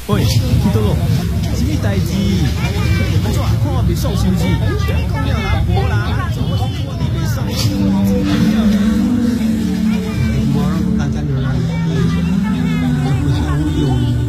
喂，去倒落，什么代志？安怎看我袂爽是不是？讲了啦，无啦，我看你袂爽， 我大家留言，互相有。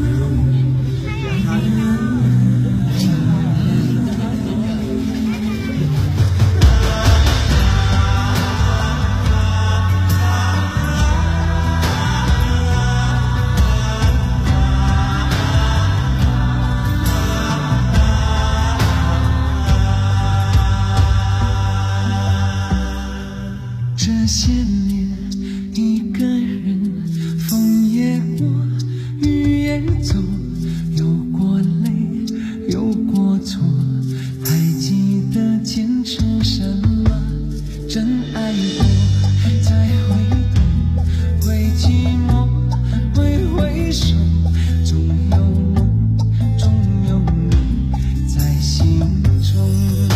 这些年一个人，风也过，雨也走，有过泪，有过错，还记得坚持什么？真爱过，再回头，会寂寞，会回首，总有梦，总有你在心中。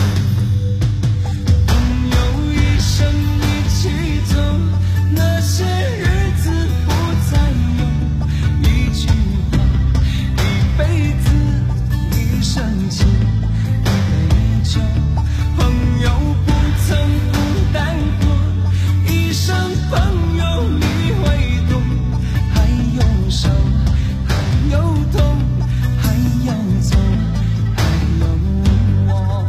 那些日子不再有一句话，一辈子一生情，一杯酒，朋友不曾孤单过，一生朋友你会懂，还有伤，还有痛，还要走，还有我。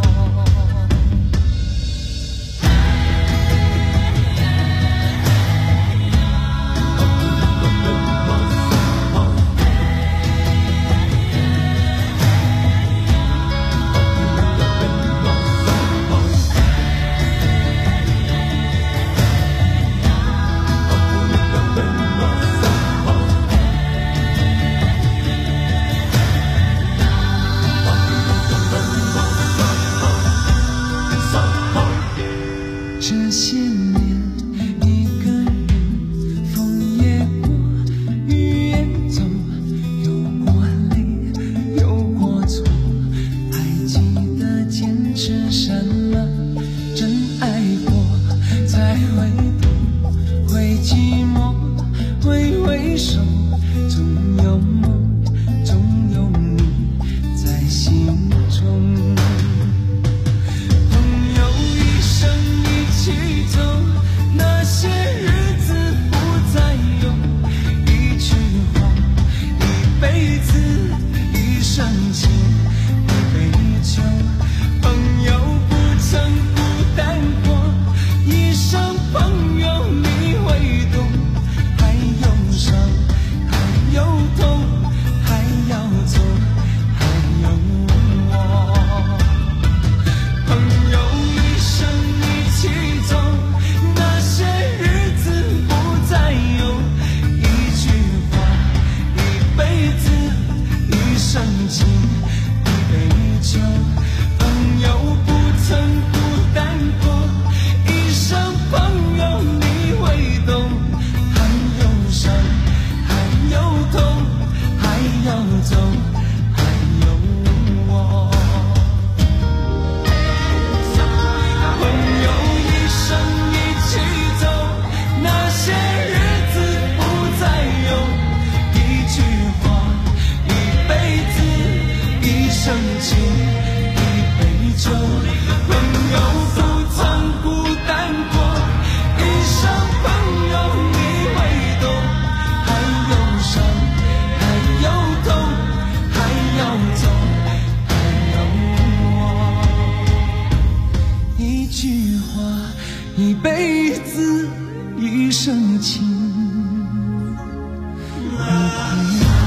这些年一个人，风也过，雨也走，有过泪，有过错，还记得坚持什么？真爱过，才回头，会寂寞，会回首，总有梦，总有你在心中。那些日子不再有一句话，一辈子一生情，一杯酒，朋友不曾孤单过，一生朋友你会懂，还有伤，还有痛，还要走，还有我。朋友一生一起走，那些日子不再有一句话，一辈子一生情，一杯酒，朋友不曾孤单过，一生朋友你会懂，还有伤，还有痛，还要走，还有我。朋友一生一起走，那些日子不再有一句话，一辈子一生情，一杯酒，朋友不曾孤单过，一生朋友你会懂，还有伤，还有痛，还要走，还有我。一句话，一辈子一生情，一杯酒。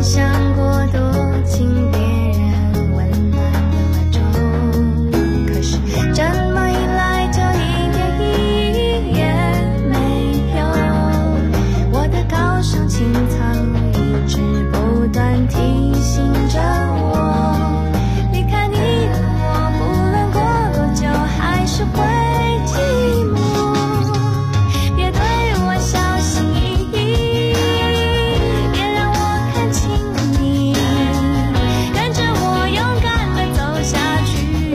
想过躲进别人温暖的怀中，可是这么一来就一点意义也没有。我的高尚情操一直不断提醒着我，离开你的我，不论过多久还是会寂寞。别对我小心翼翼，别让我看清你，跟着我勇敢地走下去。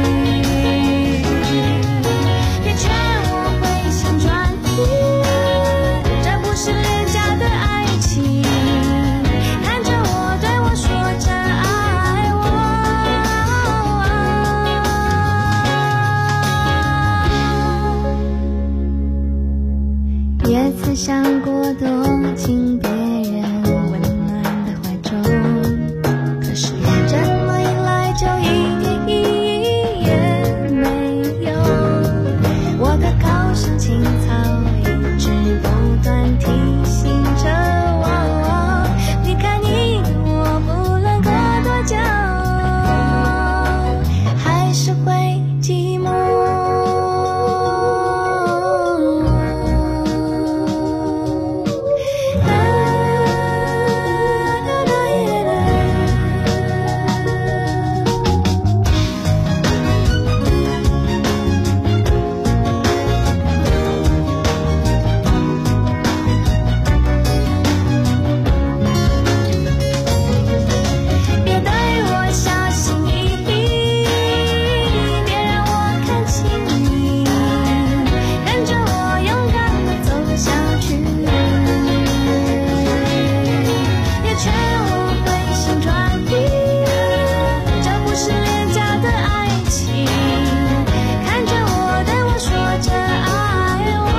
别劝我回心转意，这不是廉价的爱情。看着我，对我说真爱我。也曾想过躲进别人温暖的怀中，可是这么一来就一点意义也没有。我的高尚情操一直不断提醒着我，离开你的我，不论过多久还是会寂寞。别对我小心翼翼，别让我看清你，跟着我勇敢地走下去。别劝我回心转意，这不是廉价的爱情。看着我，对我说真爱我。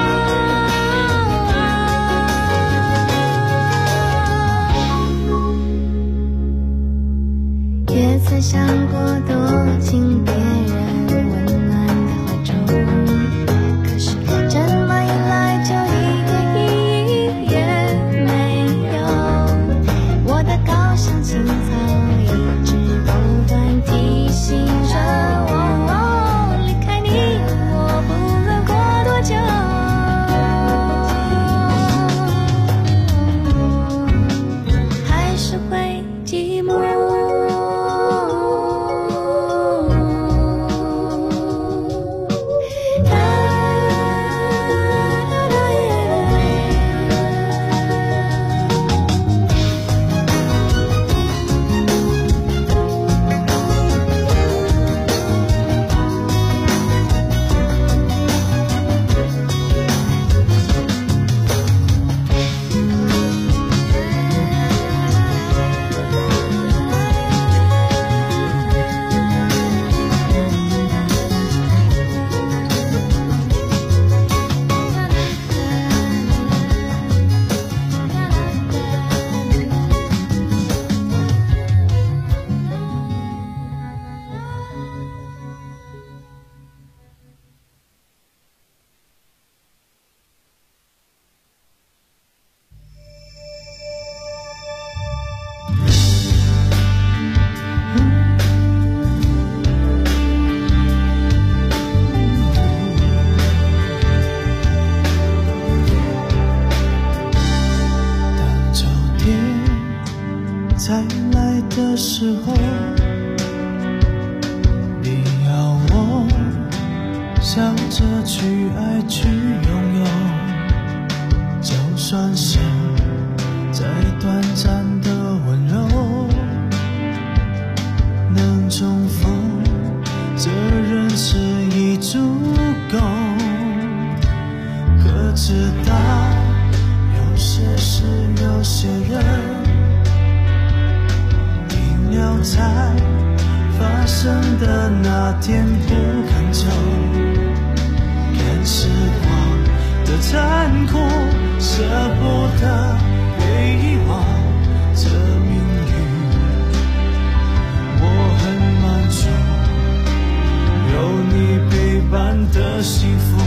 也曾想过躲进别人温暖的怀中，可是这么一来就一点意义也没有。我的高尚情操一直不断提醒着我，离开你的我，不论过多久还是会寂寞。 当秋天再来的时候，你要我笑着去爱去拥有，就算是再短暂的温柔，能重逢这人世已足够。可知道有些事有些人定了才发生的那天不堪求，看时光的残酷，舍不得被遗忘，这命运我很满足，有你陪伴的幸福。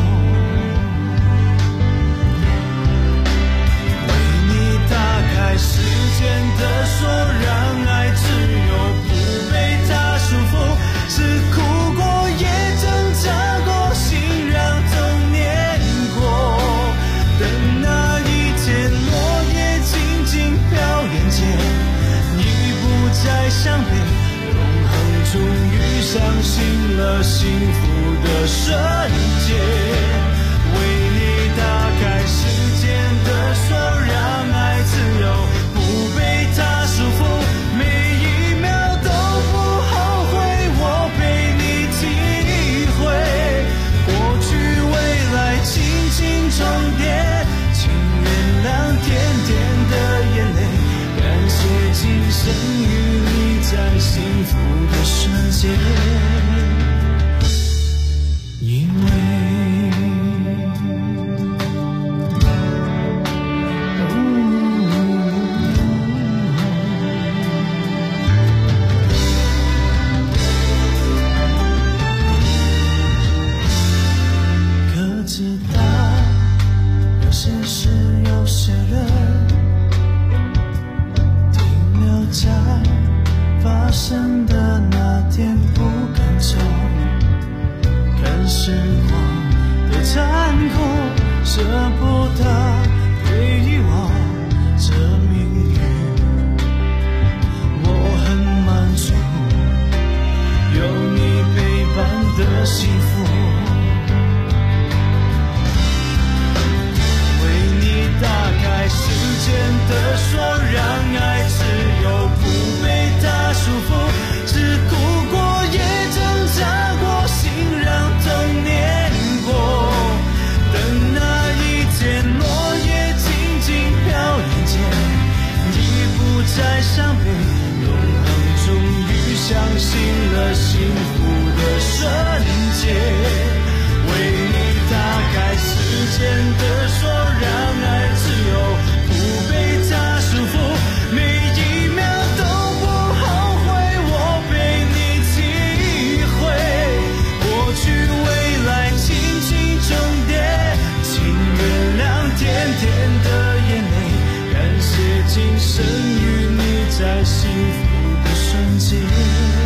为你打开时间的锁再伤悲，永恒终于相信了幸福的瞬间。为你打开时间的锁，让爱自由，不被它束缚，每一秒都不后悔，我陪你体会过去未来轻轻重叠，请原谅甜甜的眼泪，感谢今生与你在幸福的瞬间。因为可知道有些事有些人停留在发生的那天不敢走，看时光的残酷，舍不得对于我这命运，我很满足，有你陪伴的幸福，为你打开时间的锁，让爱自由，不被它束缚，只哭过也挣扎过，心让痛碾过，等那一天落叶静静飘眼前，已不再伤悲，永恒终于相信了幸福的瞬间。为你打开时间的锁，让爱自由，不被它束缚，每一秒都不后悔，我陪你体会过去未来轻轻重叠，请原谅甜甜的眼泪，感谢今生与你在幸福的瞬间。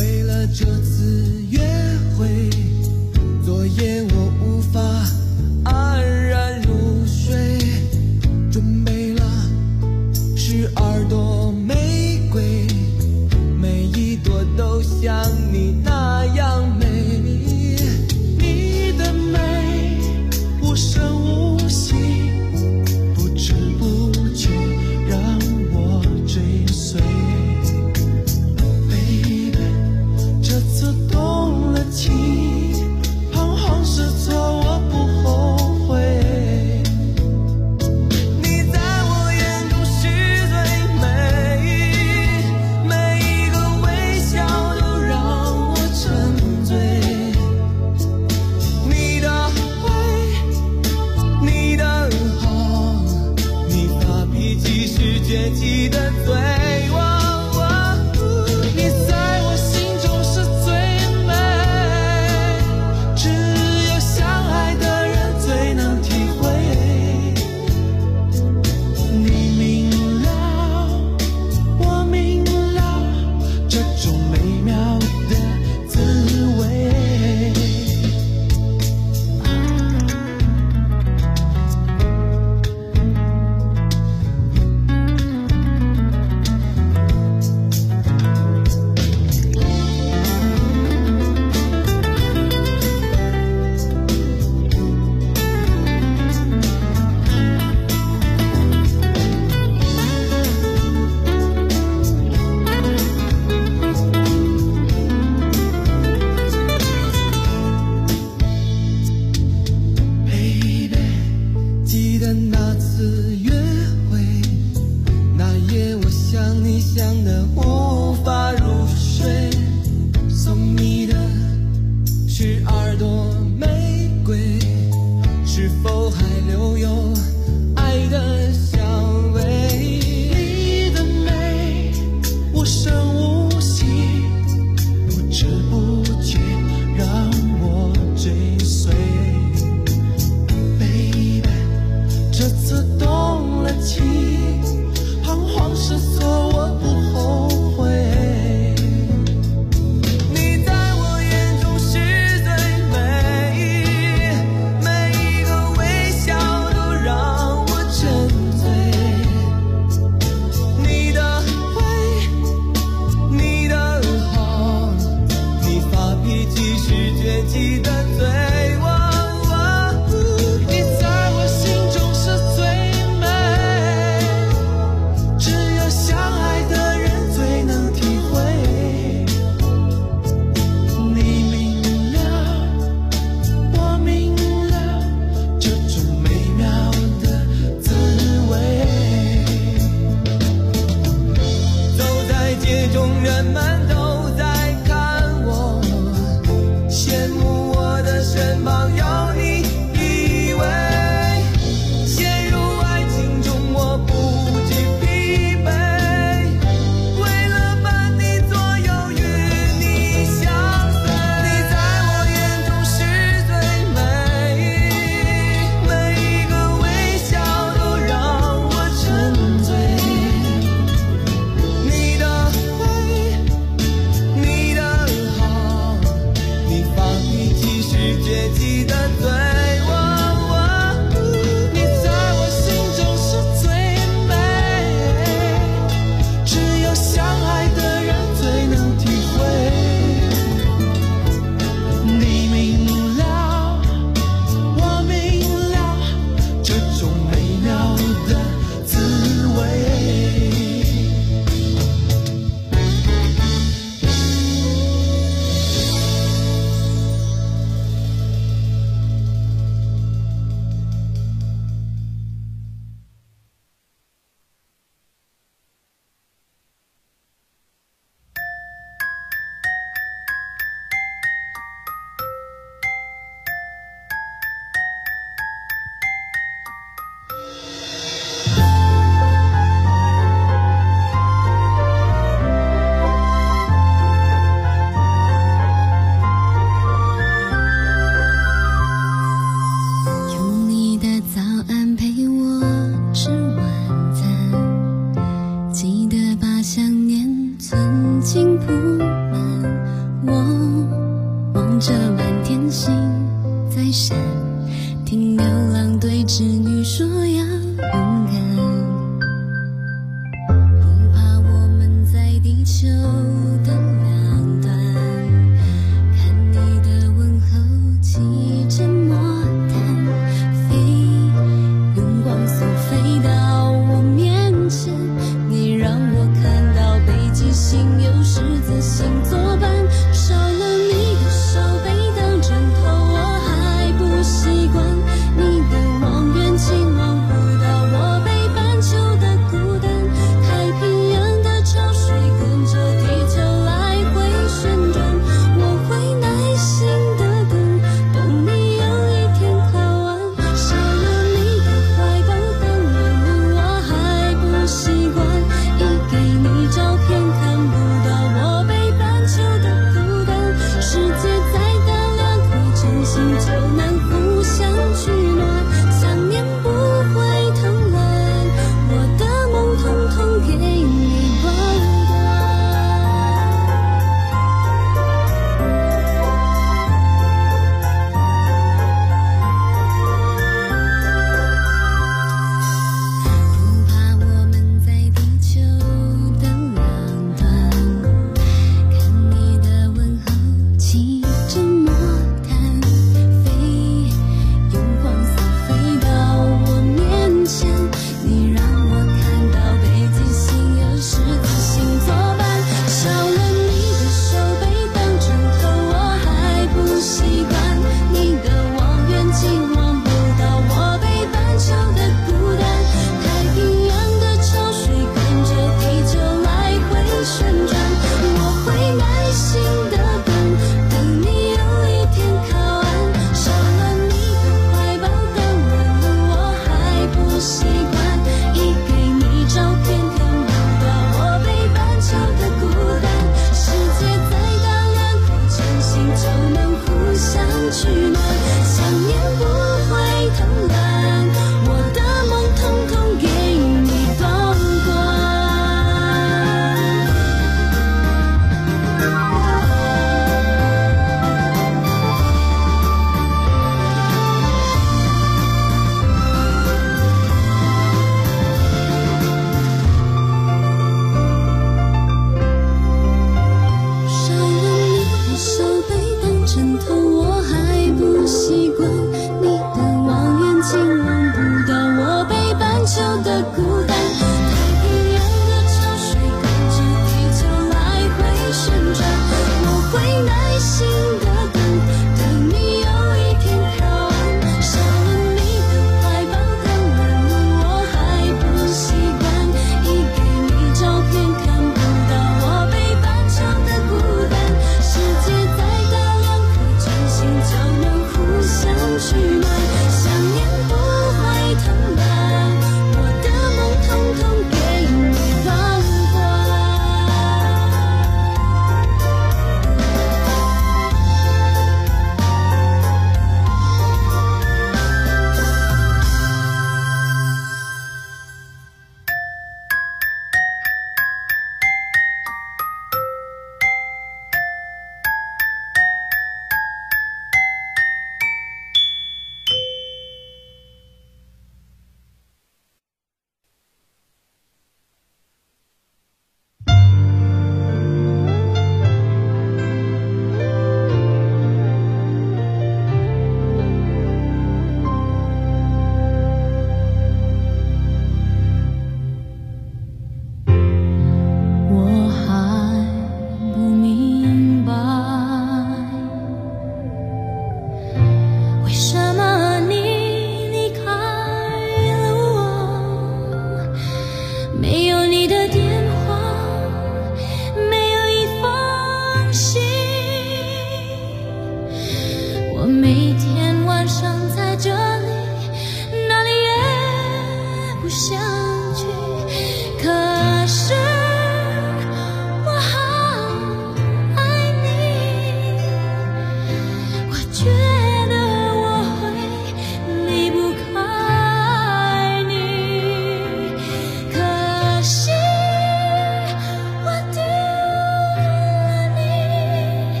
不想去，可是我好爱你，我觉得我会离不开你，可惜我丢了你，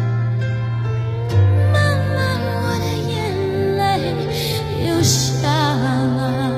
慢慢我的眼泪流下来。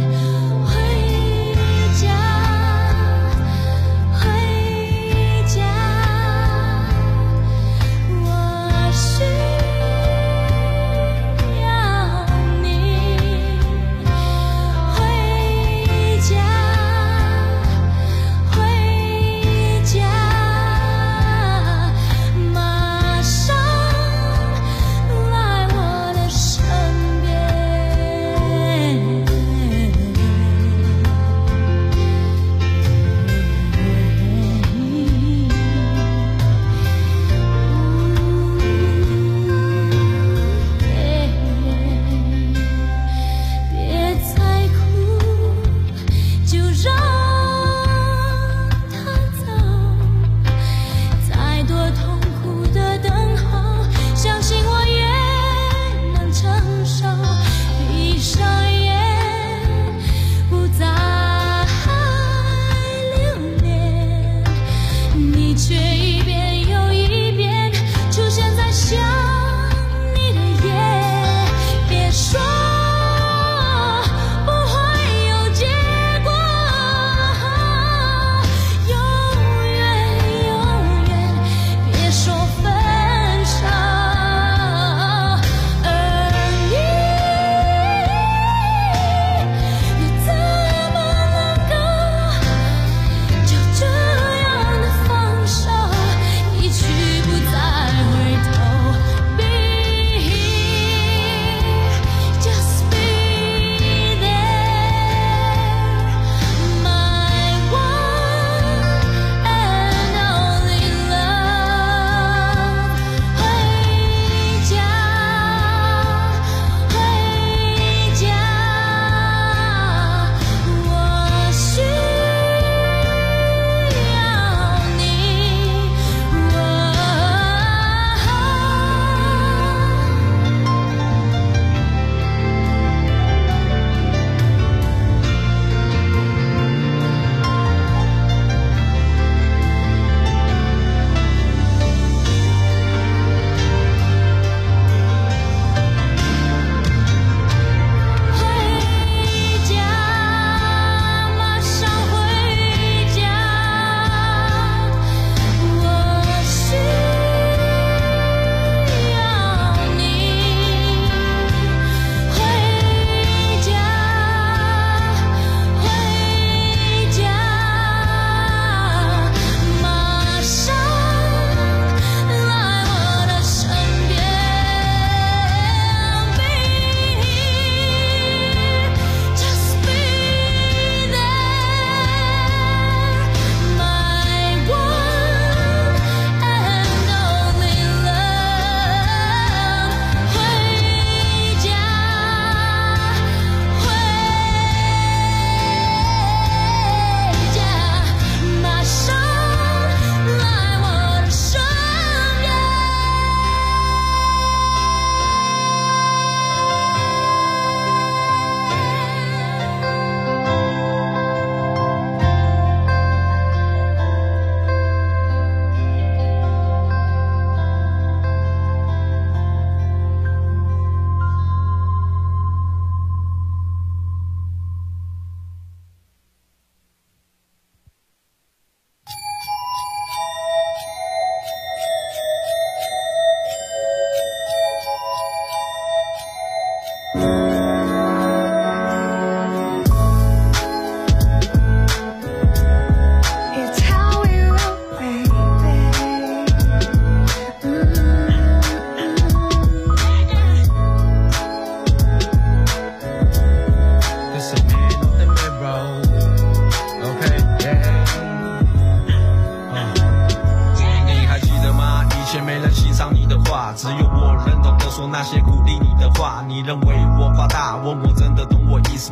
只有我能懂得说那些鼓励你的话。你认为我夸大，问我真的懂我意思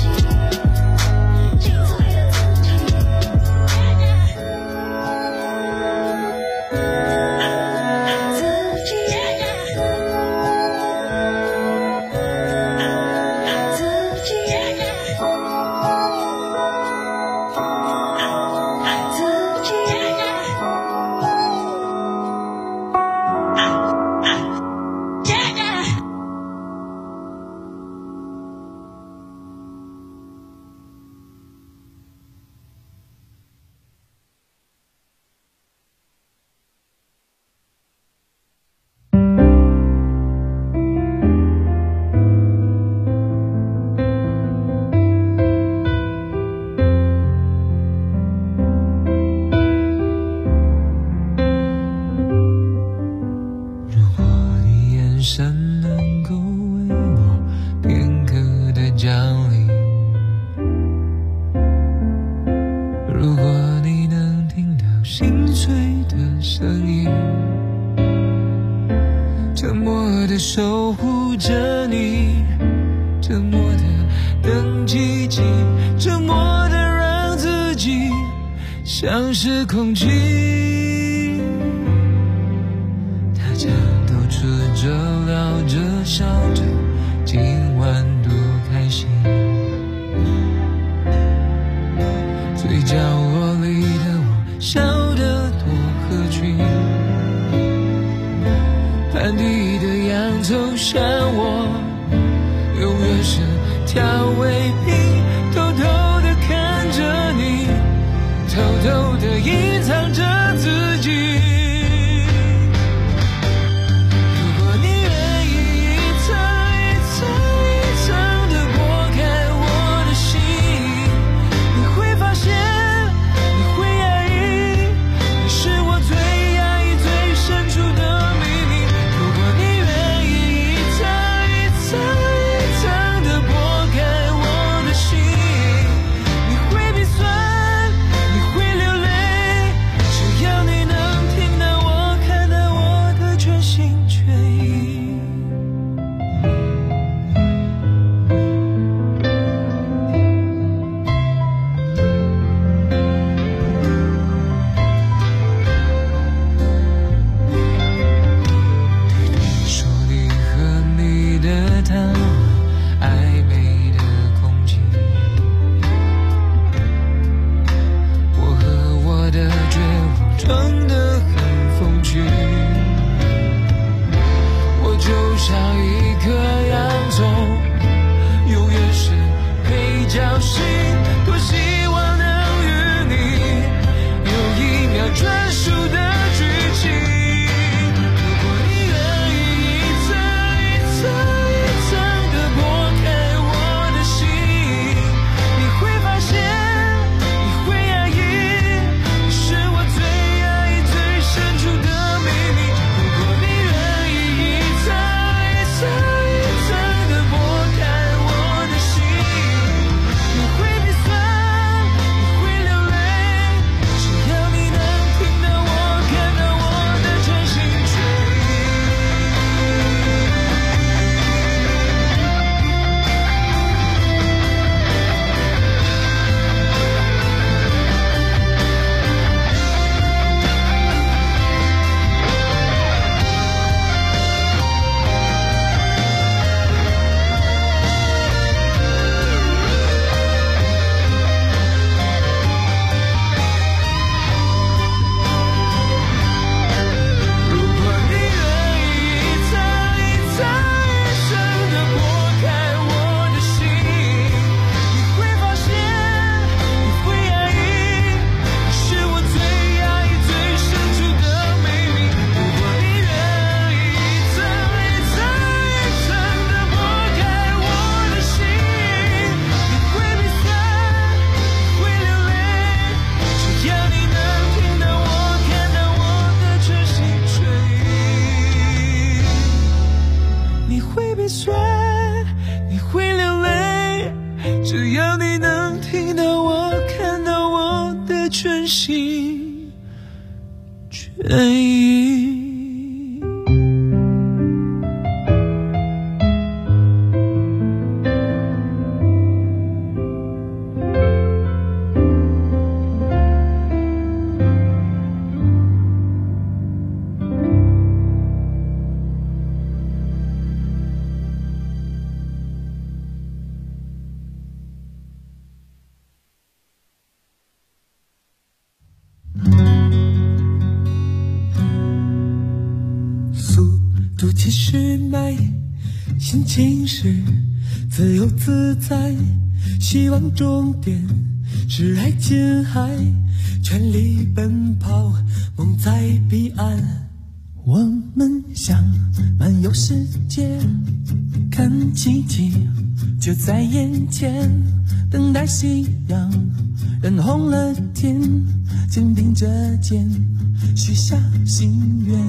守护着你，沉默的等奇迹，沉默的让自己像是空气。大家都吃着聊着笑着，今晚多开心。最角落里的我笑得多合满地的洋葱，像我永远是调味品，偷偷地看着你，偷偷地隐藏着自己。如果你愿意一层一层一层地剥开我的心，你会发现你会压抑，你是我最压抑最深处的秘密。如果你愿意一层一层一层地剥开我的心，你会鼻酸，你会流泪，只要你能听到我，看到我的全心全意。说你和你的他暧昧的空气，我和我的绝望装得很风趣，我就像一颗洋葱，永远是配角型，多希望能与你有一秒专属的剧情。如果你愿意一层一层一层地剥开我的心，你会发现你会压抑，你是我最压抑最深处的秘密。如果你愿意一层一层一层地剥开我的心，你会鼻酸，你会流泪，只要你能听到我，看到我的全心全意。如果你愿意一层一层一层地剥开我的心，你会发现你会压抑，你是我最压抑最深处的秘密。如果你愿意一层一层一层地剥开我的心，你会鼻酸，你会流泪，只要你能听到我，看到我的全心全意。你会鼻酸，你会流泪，只要你能听到我，看到我的全心全意。速度70迈，心情是自由自在，希望终点是爱琴海，全力奔跑，梦在彼岸。我们想漫游世界，看奇迹就在眼前，等待夕阳染红了天，肩并着肩许下心愿。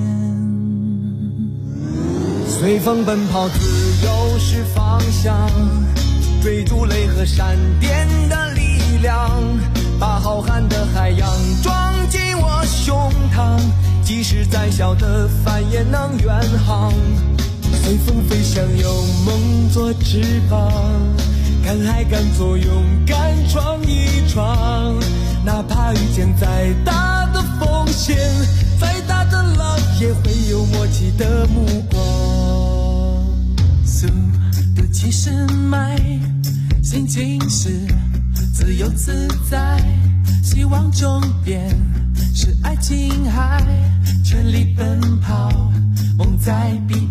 随风奔跑，自由是方向，追逐雷和闪电的力量，把浩瀚的海洋装进我胸膛，即使再小的帆也能远航。随风飞翔，有梦做翅膀，敢爱敢做，勇敢闯一闯，哪怕遇见再大的风险，再大的浪也会有默契的目光。速度70迈，心情是自由自在，希望终点是爱琴海，全力奔跑，梦在彼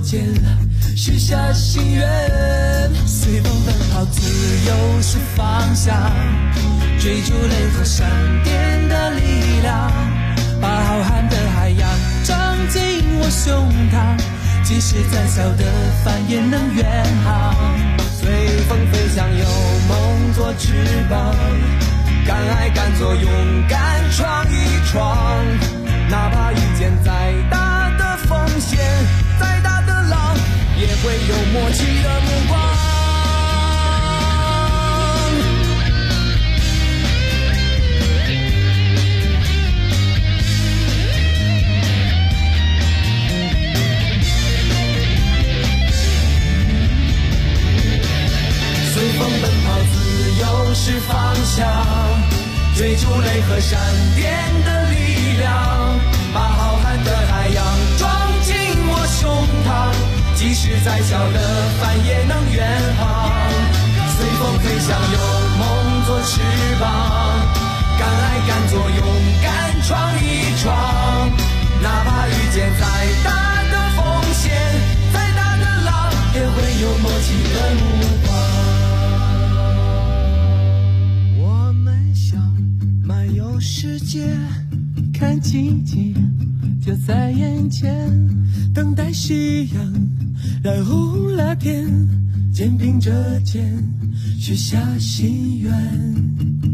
间，许下心愿，随风奔跑，自由是方向，追逐雷和闪电的力量，把浩瀚的海洋装进我胸膛，即使再小的帆也能远航。随风飞翔，有梦做翅膀，敢爱敢做，勇敢闯一闯，哪怕遇见再大的风险，再大的浪，也会有默契的目光。随风奔跑，自由是方向，追逐雷和闪电的力量，把浩瀚的海洋装进我胸膛，即使再小的帆也能远航。随风飞翔，有梦做翅膀，敢爱敢做，勇敢闯一闯，哪怕遇见再大的风险，再大的浪，也会有默契的目光。我们想漫游世界，看奇迹就在眼前，等待夕阳染红了天，肩并着肩许下心愿。